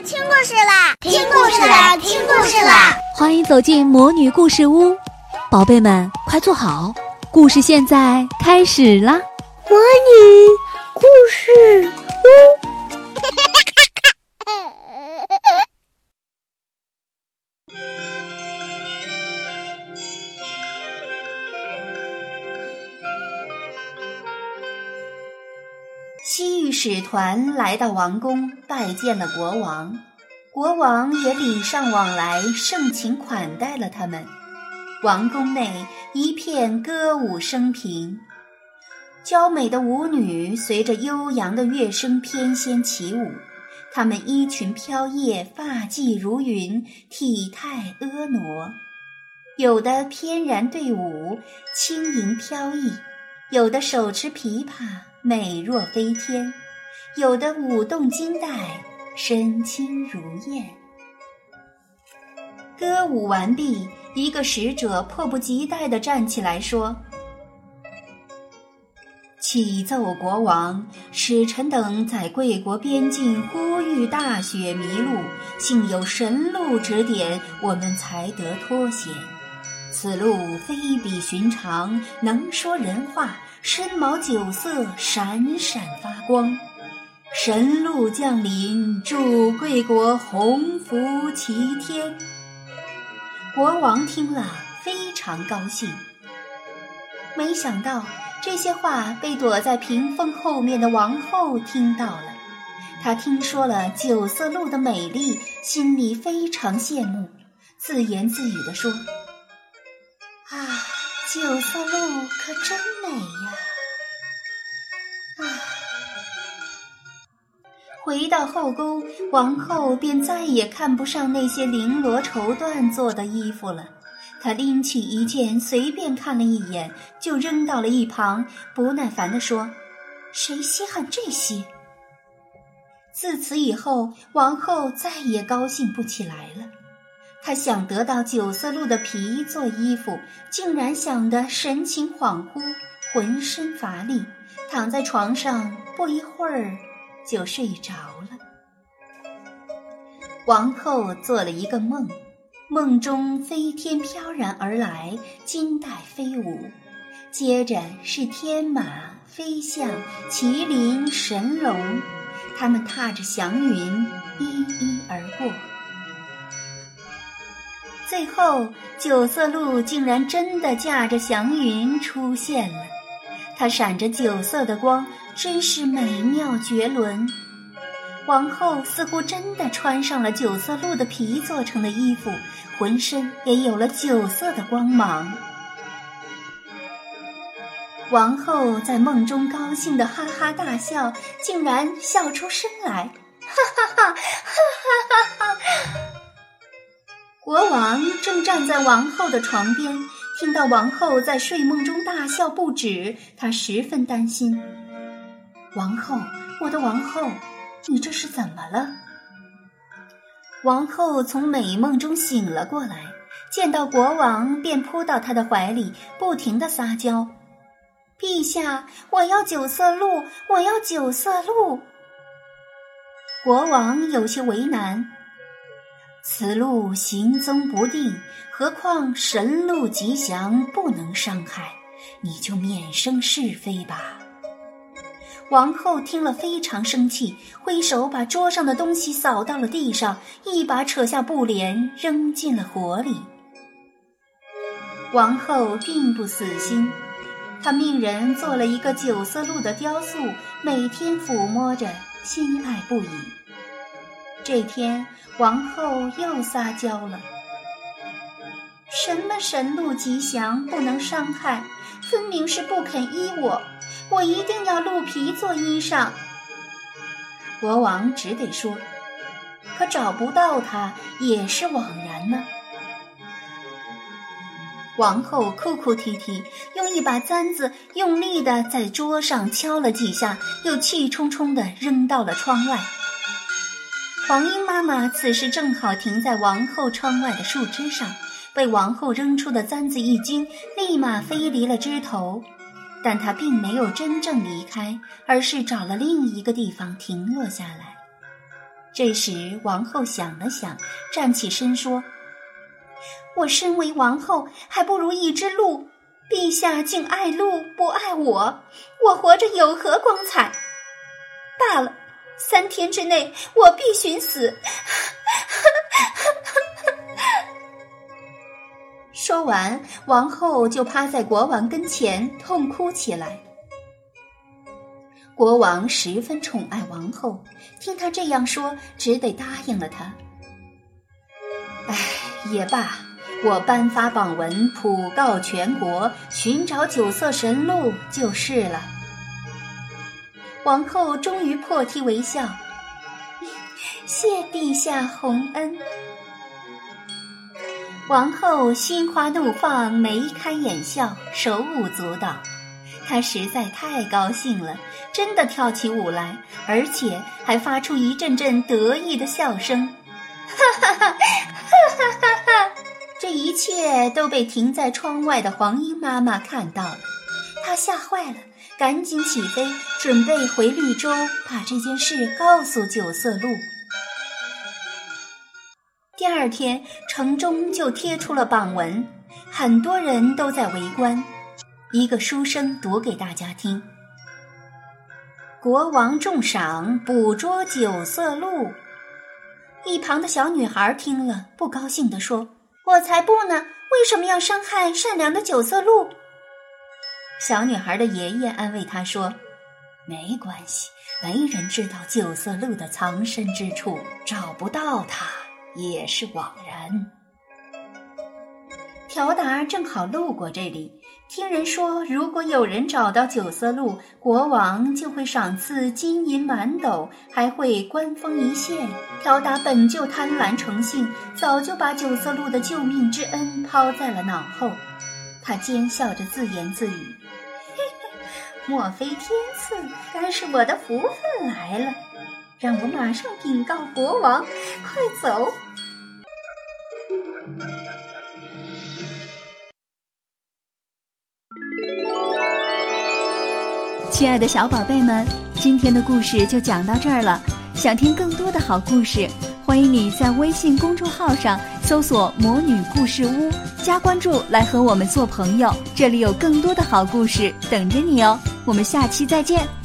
听故事啦！听故事啦！听故事啦！ 欢迎走进魔女故事屋，宝贝们快坐好，故事现在开始啦！ 魔女故事屋。 西域使团来到王宫，拜见了国王。国王也礼尚往来，盛情款待了他们。王宫内一片歌舞升平，娇美的舞女随着悠扬的乐声翩跹起舞，她们衣裙飘曳，发髻如云，体态婀娜。有的翩然对舞，轻盈飘逸；有的手持琵琶，美若飞天；有的舞动金带，身轻如燕。歌舞完毕，一个使者迫不及待地站起来说：启奏国王，使臣等在贵国边境忽遇大雪迷路，幸有神路指点，我们才得脱险。此路非比寻常，能说人话，身毛酒色，闪闪发光。神路降临，祝贵国鸿福齐天。国王听了非常高兴，没想到这些话被躲在屏风后面的王后听到了。她听说了九色鹿的美丽，心里非常羡慕，自言自语地说：九色鹿可真美呀！回到后宫，王后便再也看不上那些绫罗绸缎做的衣服了。她拎起一件随便看了一眼，就扔到了一旁，不耐烦地说：谁稀罕这些？自此以后，王后再也高兴不起来了。她想得到九色鹿的皮做衣服，竟然想得神情恍惚，浑身乏力，躺在床上不一会儿就睡着了。王后做了一个梦，梦中飞天飘然而来，金带飞舞，接着是天马、飞象、麒麟、神龙，他们踏着祥云一一而过。最后，九色鹿竟然真的驾着祥云出现了，它闪着九色的光，真是美妙绝伦。王后似乎真的穿上了九色鹿的皮做成的衣服，浑身也有了九色的光芒。王后在梦中高兴地哈哈大笑，竟然笑出声来，哈哈哈，哈哈哈哈！国王正站在王后的床边，听到王后在睡梦中大笑不止，他十分担心。王后，我的王后，你这是怎么了？王后从美梦中醒了过来，见到国王便扑到他的怀里，不停地撒娇：陛下，我要九色鹿，我要九色鹿。国王有些为难：此鹿行踪不定，何况神鹿吉祥，不能伤害，你就免生是非吧。王后听了非常生气，挥手把桌上的东西扫到了地上，一把扯下布帘扔进了火里。王后并不死心，她命人做了一个九色鹿的雕塑，每天抚摸着，心爱不已。这天，王后又撒娇了：什么神鹿吉祥，不能伤害，分明是不肯依我，我一定要鹿皮做衣裳。国王只得说：可找不到它也是枉然呢。王后哭哭啼啼，用一把簪子用力地在桌上敲了几下，又气冲冲地扔到了窗外。黄莺妈妈此时正好停在王后窗外的树枝上，被王后扔出的簪子一惊，立马飞离了枝头。但她并没有真正离开，而是找了另一个地方停落下来。 这时王后想了想，站起身说：“我身为王后，还不如一只鹿，陛下竟爱鹿不爱我，我活着有何光彩？罢了，3天之内我必寻死。”说完，王后就趴在国王跟前痛哭起来。国王十分宠爱王后，听她这样说，只得答应了她。也罢，我颁发榜文，普告全国，寻找9色神鹿就是了。王后终于破涕为笑，谢陛下洪恩。王后心花怒放，眉开眼笑，手舞足蹈。她实在太高兴了，真的跳起舞来，而且还发出一阵阵得意的笑声。哈哈哈，哈哈哈哈！这一切都被停在窗外的黄莺妈妈看到了，她吓坏了，赶紧起飞，准备回绿洲把这件事告诉9色鹿。第2天，城中就贴出了榜文，很多人都在围观。一个书生读给大家听：国王重赏，捕捉9色鹿。一旁的小女孩听了，不高兴地说：“我才不呢！为什么要伤害善良的9色鹿？”小女孩的爷爷安慰她说：“没关系，没人知道9色鹿的藏身之处，找不到它也是枉然。”条达正好路过这里，听人说如果有人找到9色鹿，国王就会赏赐金银满斗，还会官封一县。条达本就贪婪成性，早就把9色鹿的救命之恩抛在了脑后。他奸笑着自言自语：“嘿嘿，莫非天赐，该是我的福分来了，让我马上禀告国王，快走！” 亲爱的小宝贝们，今天的故事就讲到这儿了。想听更多的好故事，欢迎你在微信公众号上搜索魔女故事屋，加关注来和我们做朋友，这里有更多的好故事等着你哦。我们下期再见。